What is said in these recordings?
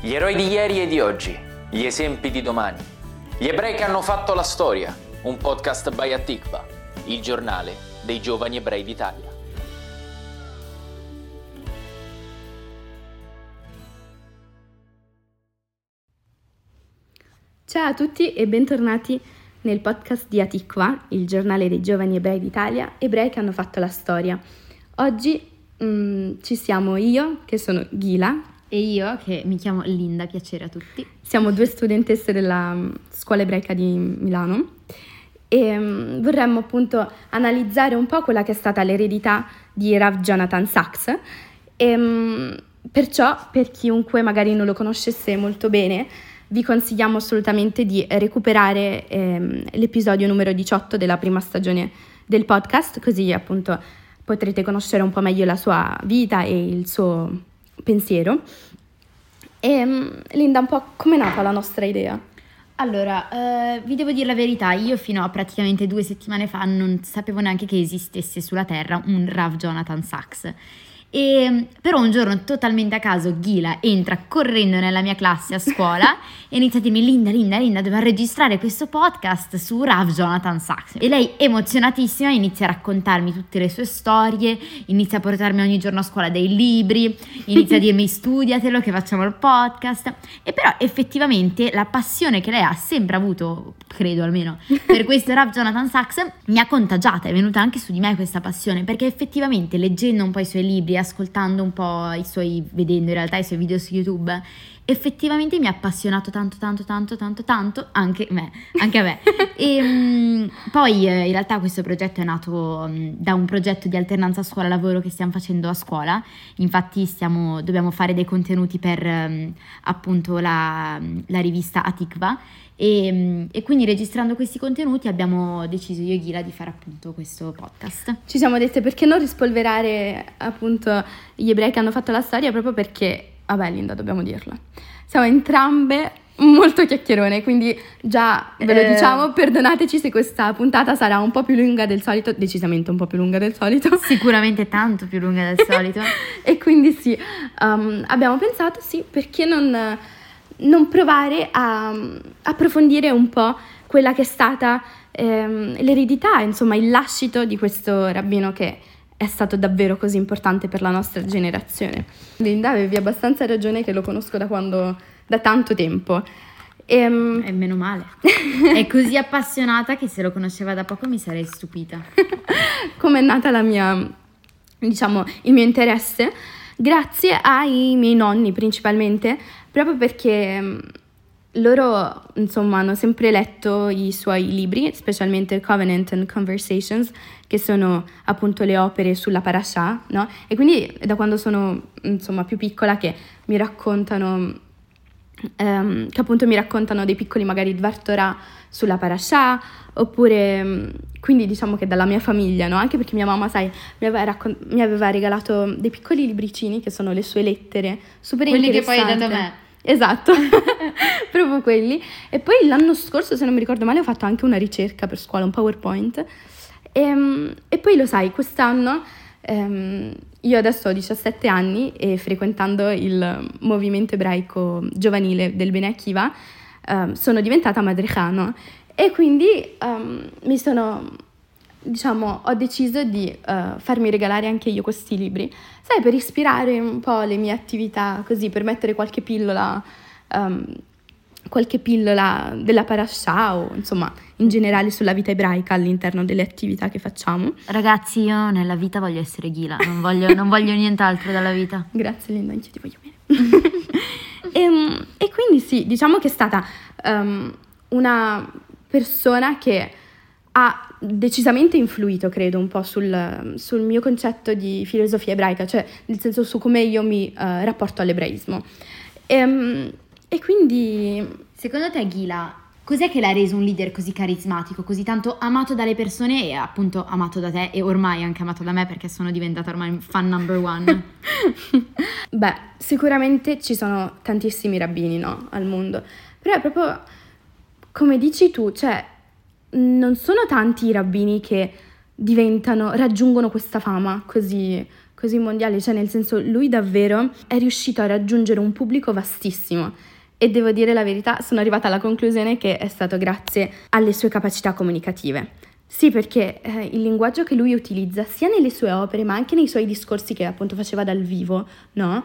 Gli eroi di ieri e di oggi, gli esempi di domani, gli ebrei che hanno fatto la storia, un podcast by Atikva, il giornale dei giovani ebrei d'Italia. Ciao a tutti e bentornati nel podcast di Atikva, il giornale dei giovani ebrei d'Italia, ebrei che hanno fatto la storia. Oggi ci siamo io, che sono Ghila, e io, che mi chiamo Linda, piacere a tutti. Siamo due studentesse della scuola ebraica di Milano e vorremmo appunto analizzare un po' quella che è stata l'eredità di Rav Jonathan Sacks e perciò, per chiunque magari non lo conoscesse molto bene, vi consigliamo assolutamente di recuperare l'episodio numero 18 della prima stagione del podcast, così appunto potrete conoscere un po' meglio la sua vita e il suo pensiero. Linda, un po' com'è nata la nostra idea? Allora, vi devo dire la verità, io fino a praticamente 2 settimane fa non sapevo neanche che esistesse sulla Terra un Rav Jonathan Sacks. E però un giorno totalmente a caso Ghila entra correndo nella mia classe a scuola e inizia a dirmi Linda, dobbiamo registrare questo podcast su Rav Jonathan Sacks. E lei, emozionatissima, inizia a raccontarmi tutte le sue storie, inizia a portarmi ogni giorno a scuola dei libri, inizia a dirmi studiatelo che facciamo il podcast. E però effettivamente la passione che lei ha sempre avuto, credo almeno, per questo Rav Jonathan Sacks mi ha contagiata, è venuta anche su di me questa passione, perché effettivamente leggendo un po' i suoi libri, ascoltando un po' vedendo in realtà i suoi video su YouTube, effettivamente mi ha appassionato tanto anche a me. E poi in realtà questo progetto è nato da un progetto di alternanza scuola-lavoro che stiamo facendo a scuola. Infatti dobbiamo fare dei contenuti per appunto la rivista Atikva e quindi registrando questi contenuti abbiamo deciso io e Ghila di fare appunto questo podcast. Ci siamo dette perché non rispolverare appunto gli ebrei che hanno fatto la storia, proprio perché, vabbè Linda, dobbiamo dirla, siamo entrambe molto chiacchierone, quindi già ve lo diciamo, perdonateci se questa puntata sarà un po' più lunga del solito, decisamente un po' più lunga del solito. Sicuramente tanto più lunga del solito. E quindi sì, abbiamo pensato perché non provare a approfondire un po' quella che è stata l'eredità, insomma il lascito di questo rabbino che è stato davvero così importante per la nostra generazione. Linda, avevi abbastanza ragione che lo conosco da tanto tempo. E meno male. È così appassionata che se lo conosceva da poco mi sarei stupita. Com'è nata il mio interesse? Grazie ai miei nonni principalmente, proprio perché loro insomma hanno sempre letto i suoi libri, specialmente Covenant and Conversations, che sono appunto le opere sulla parashah, no? E quindi da quando sono insomma più piccola che mi raccontano dei piccoli magari Dvar Torah sulla parashah, oppure quindi diciamo che dalla mia famiglia, no? Anche perché mia mamma, sai, mi aveva regalato dei piccoli libricini che sono le sue lettere, super quelli interessanti. Quelli che poi hai dato a me. Esatto, proprio quelli. E poi l'anno scorso, se non mi ricordo male, ho fatto anche una ricerca per scuola, un PowerPoint. E poi lo sai, quest'anno io adesso ho 17 anni e frequentando il movimento ebraico giovanile del Bnei Akiva sono diventata madrecha, no? E quindi ho deciso di farmi regalare anche io questi libri, sai, per ispirare un po' le mie attività, così, per mettere qualche pillola della parashah o insomma in generale sulla vita ebraica all'interno delle attività che facciamo. Ragazzi, io nella vita voglio essere Ghila, non voglio nient'altro dalla vita. Grazie Linda, anche io ti voglio bene. E quindi sì, diciamo che è stata una persona che ha decisamente influito, credo, un po' sul mio concetto di filosofia ebraica, cioè nel senso su come io mi rapporto all'ebraismo. E quindi... Secondo te, Ghila, cos'è che l'ha reso un leader così carismatico, così tanto amato dalle persone e appunto amato da te e ormai anche amato da me perché sono diventata ormai fan number one? Beh, sicuramente ci sono tantissimi rabbini, no, al mondo, però è proprio come dici tu, cioè non sono tanti i rabbini che raggiungono questa fama così così mondiale, cioè nel senso lui davvero è riuscito a raggiungere un pubblico vastissimo e devo dire la verità, sono arrivata alla conclusione che è stato grazie alle sue capacità comunicative. Sì, perché il linguaggio che lui utilizza sia nelle sue opere ma anche nei suoi discorsi che appunto faceva dal vivo, no?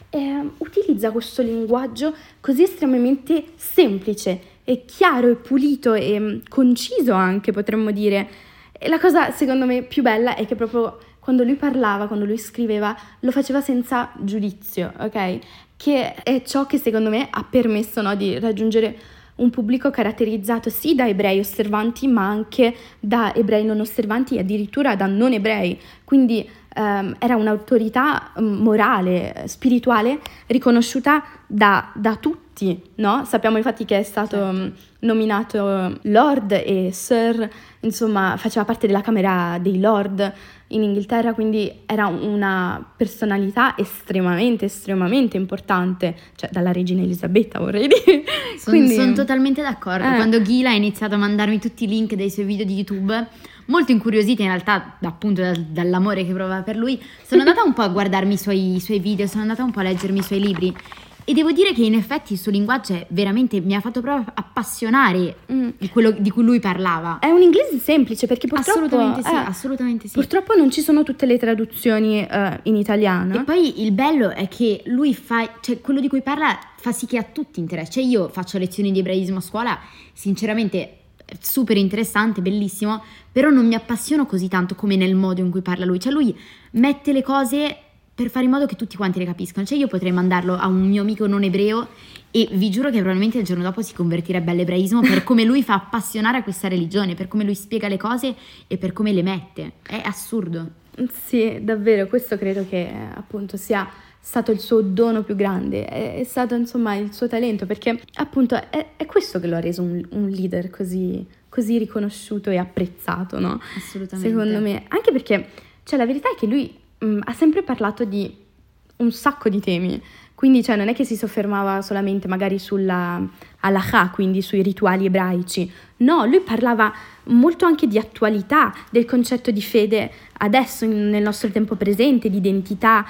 Utilizza questo linguaggio così estremamente semplice e chiaro e pulito e conciso anche, potremmo dire. E la cosa secondo me più bella è che proprio quando lui parlava, quando lui scriveva, lo faceva senza giudizio, ok? Che è ciò che secondo me ha permesso, no, di raggiungere un pubblico caratterizzato sì da ebrei osservanti ma anche da ebrei non osservanti e addirittura da non ebrei, quindi era un'autorità morale, spirituale riconosciuta da tutti, no? Sappiamo infatti che è stato nominato Lord e Sir, insomma faceva parte della Camera dei Lord in Inghilterra, quindi era una personalità estremamente importante, cioè dalla regina Elisabetta vorrei dire. Sono totalmente d'accordo. Quando Ghila ha iniziato a mandarmi tutti i link dei suoi video di YouTube, molto incuriosita in realtà appunto dall'amore che provava per lui, sono andata un po' a guardarmi i suoi video, sono andata un po' a leggermi i suoi libri e devo dire che in effetti il suo linguaggio veramente mi ha fatto proprio appassionare di quello di cui lui parlava. È un inglese semplice perché purtroppo assolutamente sì. Purtroppo non ci sono tutte le traduzioni in italiano. E poi il bello è che lui cioè quello di cui parla fa sì che a tutti interessa. Cioè io faccio lezioni di ebraismo a scuola, sinceramente super interessante, bellissimo, però non mi appassiono così tanto come nel modo in cui parla lui. Cioè lui mette le cose per fare in modo che tutti quanti le capiscano. Cioè io potrei mandarlo a un mio amico non ebreo e vi giuro che probabilmente il giorno dopo si convertirebbe all'ebraismo per come lui fa appassionare a questa religione, per come lui spiega le cose e per come le mette. È assurdo. Sì, davvero, questo credo che appunto sia stato il suo dono più grande, è stato insomma il suo talento, perché appunto è questo che lo ha reso un leader così riconosciuto e apprezzato, no? Assolutamente. Secondo me, anche perché cioè la verità è che lui ha sempre parlato di un sacco di temi, quindi cioè non è che si soffermava solamente magari sulla halakha, quindi sui rituali ebraici, no, lui parlava molto anche di attualità, del concetto di fede adesso nel nostro tempo presente, di identità,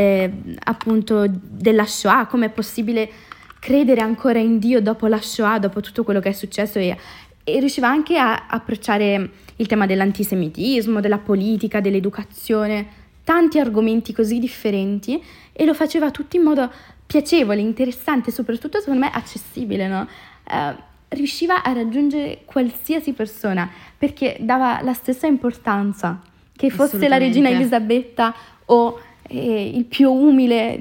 appunto della Shoah, come è possibile credere ancora in Dio dopo la Shoah, dopo tutto quello che è successo e riusciva anche a approcciare il tema dell'antisemitismo, della politica, dell'educazione, tanti argomenti così differenti e lo faceva tutto in modo piacevole, interessante, soprattutto secondo me accessibile, no? Riusciva a raggiungere qualsiasi persona perché dava la stessa importanza che fosse la regina Elisabetta o il più umile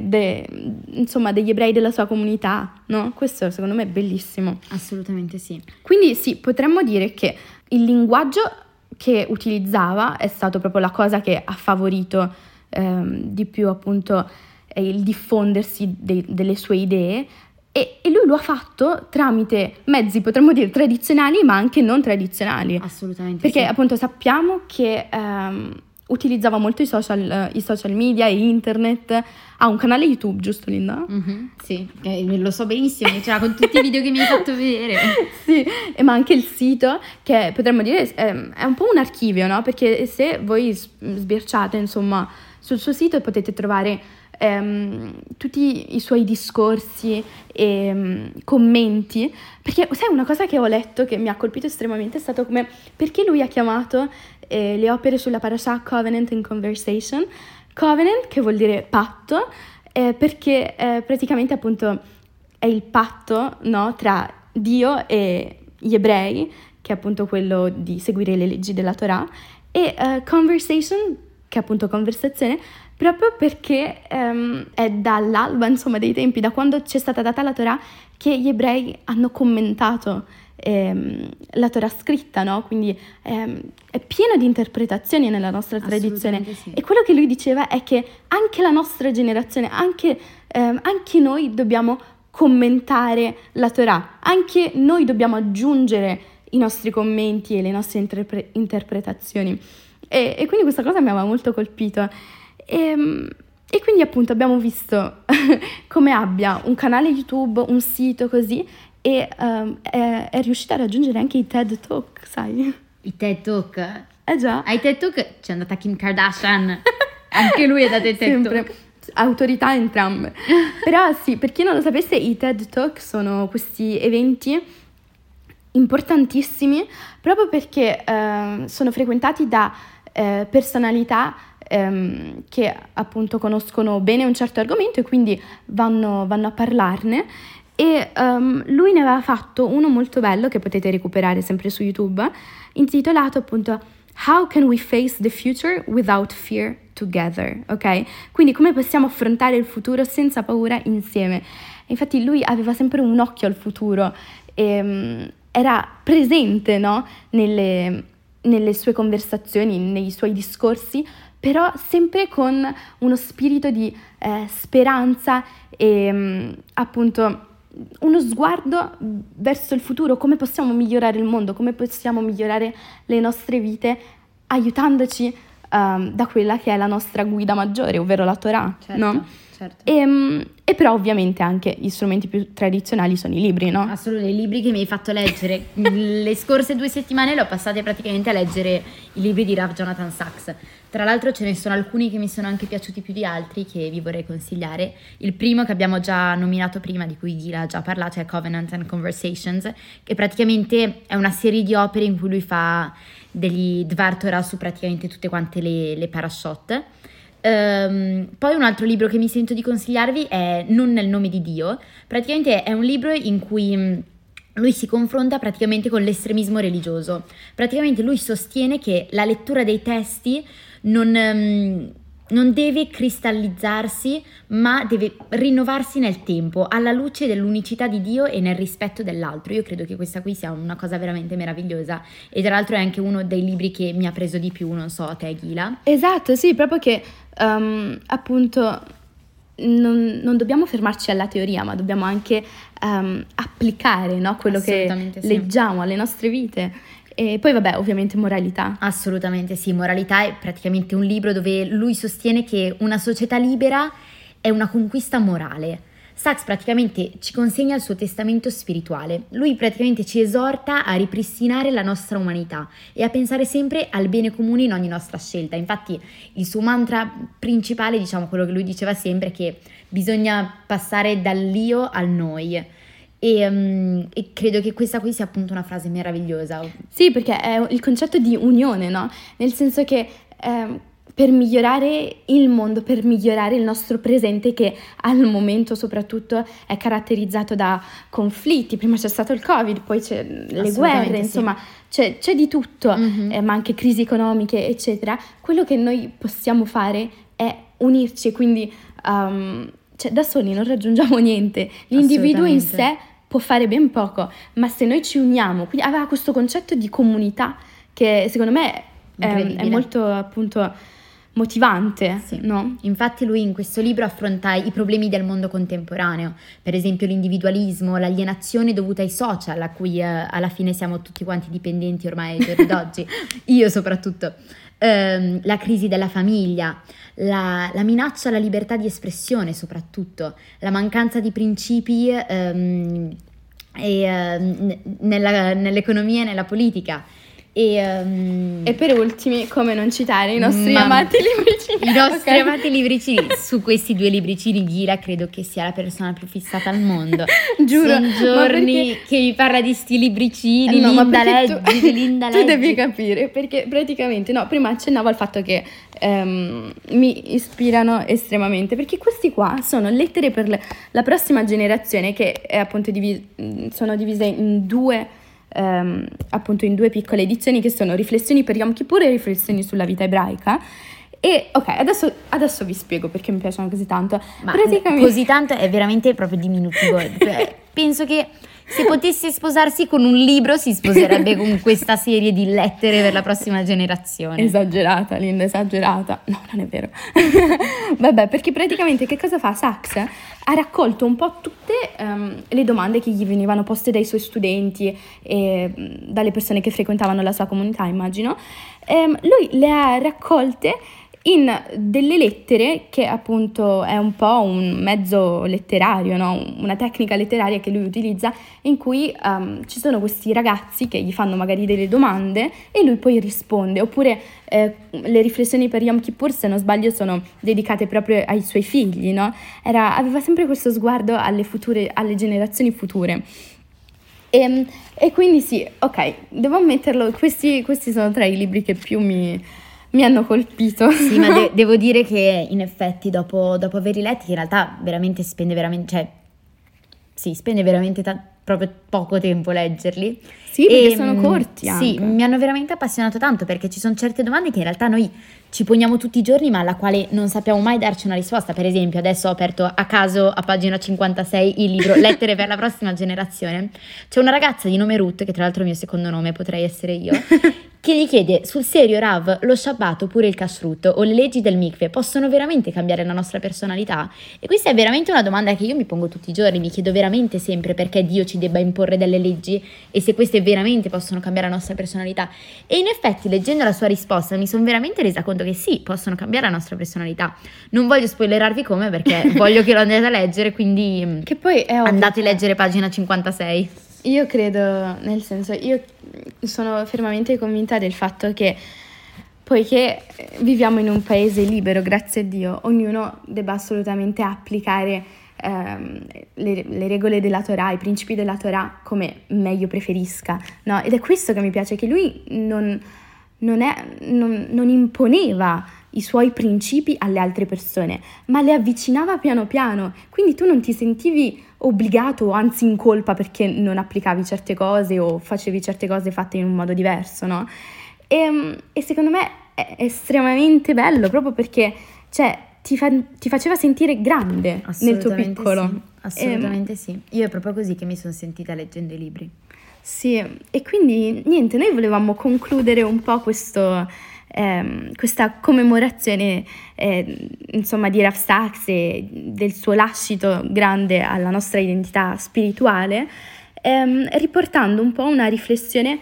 degli ebrei della sua comunità, no? Questo secondo me è bellissimo. Assolutamente sì. Quindi sì, potremmo dire che il linguaggio che utilizzava è stato proprio la cosa che ha favorito di più appunto il diffondersi delle sue idee e lui lo ha fatto tramite mezzi, potremmo dire, tradizionali ma anche non tradizionali. Assolutamente perché sì. Appunto sappiamo che utilizzava molto i social media e internet. Ha un canale YouTube, giusto Linda? Mm-hmm, sì, lo so benissimo, c'era con tutti i video che mi hai fatto vedere. Sì, ma anche il sito, che potremmo dire è un po' un archivio, no? Perché se voi sbirciate, insomma, sul suo sito potete trovare tutti i suoi discorsi e commenti, perché sai una cosa che ho letto che mi ha colpito estremamente è stato come perché lui ha chiamato le opere sulla parasha Covenant and Conversation. Covenant, che vuol dire patto, perché praticamente appunto è il patto, no, tra Dio e gli ebrei, che è appunto quello di seguire le leggi della Torah, e conversation, che è appunto conversazione, proprio perché è dall'alba, insomma, dei tempi, da quando c'è stata data la Torah, che gli ebrei hanno commentato la Torah scritta, no? Quindi è pieno di interpretazioni nella nostra tradizione. Sì. E quello che lui diceva è che anche la nostra generazione, anche noi dobbiamo commentare la Torah, anche noi dobbiamo aggiungere i nostri commenti e le nostre interpretazioni. E quindi questa cosa mi aveva molto colpito. E quindi appunto abbiamo visto come abbia un canale YouTube, un sito così, e è riuscita a raggiungere anche i TED Talk, sai? I TED Talk? Già. Ai TED Talk c'è andata Kim Kardashian. Anche lui è da TED sempre Talk. autorità entrambe. Però sì, per chi non lo sapesse, i TED Talk sono questi eventi importantissimi proprio perché sono frequentati da personalità che appunto conoscono bene un certo argomento e quindi vanno a parlarne. E lui ne aveva fatto uno molto bello che potete recuperare sempre su YouTube, intitolato appunto How can we face the future without fear together, ok? Quindi come possiamo affrontare il futuro senza paura insieme. Infatti lui aveva sempre un occhio al futuro e era presente, no? nelle sue conversazioni, nei suoi discorsi, però sempre con uno spirito di speranza e appunto uno sguardo verso il futuro, come possiamo migliorare il mondo, come possiamo migliorare le nostre vite aiutandoci da quella che è la nostra guida maggiore, ovvero la Torah, Certo, no? certo. E però ovviamente anche gli strumenti più tradizionali sono i libri, no? Assolutamente, i libri che mi hai fatto leggere. Le scorse 2 settimane le ho passate praticamente a leggere i libri di Rav Jonathan Sachs. Tra l'altro ce ne sono alcuni che mi sono anche piaciuti più di altri che vi vorrei consigliare. Il primo che abbiamo già nominato prima, di cui Gila ha già parlato, è Covenant and Conversations, che praticamente è una serie di opere in cui lui fa degli Dvar Torah su praticamente tutte quante le parashot. Poi un altro libro che mi sento di consigliarvi è Non nel nome di Dio. Praticamente è un libro in cui lui si confronta praticamente con l'estremismo religioso. Praticamente lui sostiene che la lettura dei testi non deve cristallizzarsi, ma deve rinnovarsi nel tempo, alla luce dell'unicità di Dio e nel rispetto dell'altro. Io credo che questa qui sia una cosa veramente meravigliosa e tra l'altro è anche uno dei libri che mi ha preso di più, non so, a te Ghila. Esatto, sì, proprio che appunto non dobbiamo fermarci alla teoria, ma dobbiamo anche applicare, no, quello che Assolutamente sì. leggiamo alle nostre vite. E poi vabbè, ovviamente moralità. Assolutamente sì, Moralità è praticamente un libro dove lui sostiene che una società libera è una conquista morale. Sachs praticamente ci consegna il suo testamento spirituale. Lui praticamente ci esorta a ripristinare la nostra umanità e a pensare sempre al bene comune in ogni nostra scelta. Infatti il suo mantra principale, diciamo quello che lui diceva sempre, è che bisogna passare dall'io al noi. E credo che questa qui sia appunto una frase meravigliosa. Sì, perché è il concetto di unione, no? Nel senso che per migliorare il mondo, per migliorare il nostro presente, che al momento soprattutto è caratterizzato da conflitti. Prima c'è stato il Covid, poi c'è le guerre, insomma, c'è di tutto, ma anche crisi economiche, eccetera. Quello che noi possiamo fare è unirci, e quindi da soli non raggiungiamo niente. L'individuo in sé può fare ben poco, ma se noi ci uniamo, quindi aveva questo concetto di comunità che secondo me è molto appunto motivante, sì. No? Infatti lui in questo libro affronta i problemi del mondo contemporaneo, per esempio l'individualismo, l'alienazione dovuta ai social, a cui alla fine siamo tutti quanti dipendenti ormai ai giorni d'oggi, io soprattutto, la crisi della famiglia, la minaccia alla libertà di espressione soprattutto, la mancanza di principi nell'economia e nella politica. E per ultimi, come non citare i nostri amati libricini. I nostri amati libricini. Su questi 2 libricini Ghila credo che sia la persona più fissata al mondo. Giuro. Sono giorni che mi parla di sti libricini. No, Linda Linda tu devi capire, perché praticamente, no, prima accennavo al fatto che mi ispirano estremamente, perché questi qua sono lettere per la prossima generazione, che è appunto sono divise in due appunto in 2 piccole edizioni, che sono Riflessioni per Yom Kippur e Riflessioni sulla vita ebraica. E ok, adesso vi spiego perché mi piacciono così tanto. Ma così tanto è veramente proprio diminutivo. Penso che se potesse sposarsi con un libro si sposerebbe con questa serie di lettere per la prossima generazione. Esagerata, Linda, esagerata. No, non è vero. Vabbè, perché praticamente che cosa fa Sachs? Ha raccolto un po' tutte le domande che gli venivano poste dai suoi studenti e dalle persone che frequentavano la sua comunità, immagino. Lui le ha raccolte in delle lettere che appunto è un po' un mezzo letterario, no? Una tecnica letteraria che lui utilizza, in cui ci sono questi ragazzi che gli fanno magari delle domande e lui poi risponde, oppure le riflessioni per Yom Kippur, se non sbaglio, sono dedicate proprio ai suoi figli, no? Aveva sempre questo sguardo alle generazioni future. E quindi sì, ok, devo ammetterlo, questi sono tra i libri che più mi hanno colpito. Sì, ma devo dire che in effetti dopo averli letti, in realtà veramente spende veramente proprio poco tempo leggerli. Sì, perché sono corti anche. Sì, mi hanno veramente appassionato tanto, perché ci sono certe domande che in realtà noi ci poniamo tutti i giorni, ma alla quale non sappiamo mai darci una risposta. Per esempio, adesso ho aperto a caso a pagina 56 il libro Lettere per la prossima generazione. C'è una ragazza di nome Ruth, che tra l'altro è il mio secondo nome, potrei essere io, che gli chiede: sul serio Rav, lo Shabbat oppure il Kashrut o le leggi del mikveh possono veramente cambiare la nostra personalità? E questa è veramente una domanda che io mi pongo tutti i giorni, mi chiedo veramente sempre perché Dio ci debba imporre delle leggi e se queste veramente possono cambiare la nostra personalità. E in effetti, leggendo la sua risposta, mi sono veramente resa conto che sì, possono cambiare la nostra personalità. Non voglio spoilerarvi come, perché voglio che lo andate a leggere, quindi che poi è ovvio, andate a leggere pagina 56. Io credo, nel senso, io sono fermamente convinta del fatto che, poiché viviamo in un paese libero, grazie a Dio, ognuno debba assolutamente applicare le regole della Torah, i principi della Torah come meglio preferisca, no? Ed è questo che mi piace, che lui non imponeva i suoi principi alle altre persone, ma le avvicinava piano piano, quindi tu non ti sentivi obbligato o anzi in colpa perché non applicavi certe cose o facevi certe cose fatte in un modo diverso, no? E secondo me è estremamente bello, proprio perché, cioè, ti faceva sentire grande nel tuo piccolo. Sì, assolutamente sì. Io è proprio così che mi sono sentita leggendo i libri. Sì, e quindi niente, noi volevamo concludere un po' questa commemorazione insomma di Rav Sachs e del suo lascito grande alla nostra identità spirituale, riportando un po' una riflessione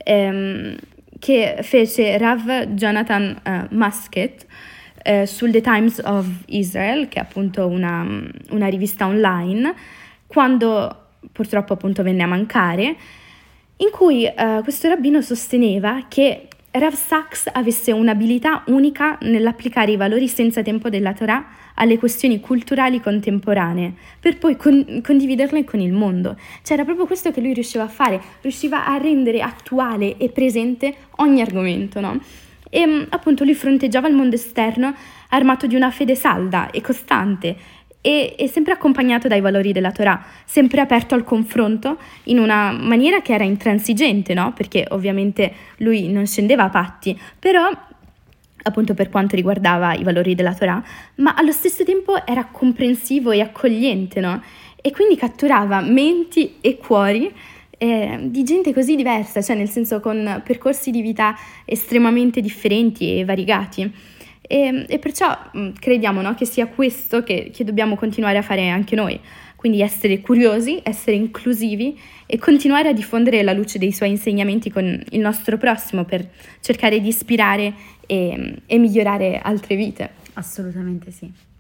che fece Rav Jonathan Muscat sul The Times of Israel, che è appunto una rivista online, quando purtroppo appunto venne a mancare, in cui questo rabbino sosteneva che Rav Sachs avesse un'abilità unica nell'applicare i valori senza tempo della Torah alle questioni culturali contemporanee, per poi condividerle con il mondo. Cioè, era proprio questo che lui riusciva a fare, riusciva a rendere attuale e presente ogni argomento, no? E appunto lui fronteggiava il mondo esterno armato di una fede salda e costante, e sempre accompagnato dai valori della Torah, sempre aperto al confronto in una maniera che era intransigente, no? Perché ovviamente lui non scendeva a patti, però appunto per quanto riguardava i valori della Torah, ma allo stesso tempo era comprensivo e accogliente, no? E quindi catturava menti e cuori di gente così diversa, cioè nel senso con percorsi di vita estremamente differenti e variegati. E perciò crediamo, no, che sia questo che dobbiamo continuare a fare anche noi, quindi essere curiosi, essere inclusivi e continuare a diffondere la luce dei suoi insegnamenti con il nostro prossimo per cercare di ispirare e migliorare altre vite. Assolutamente sì.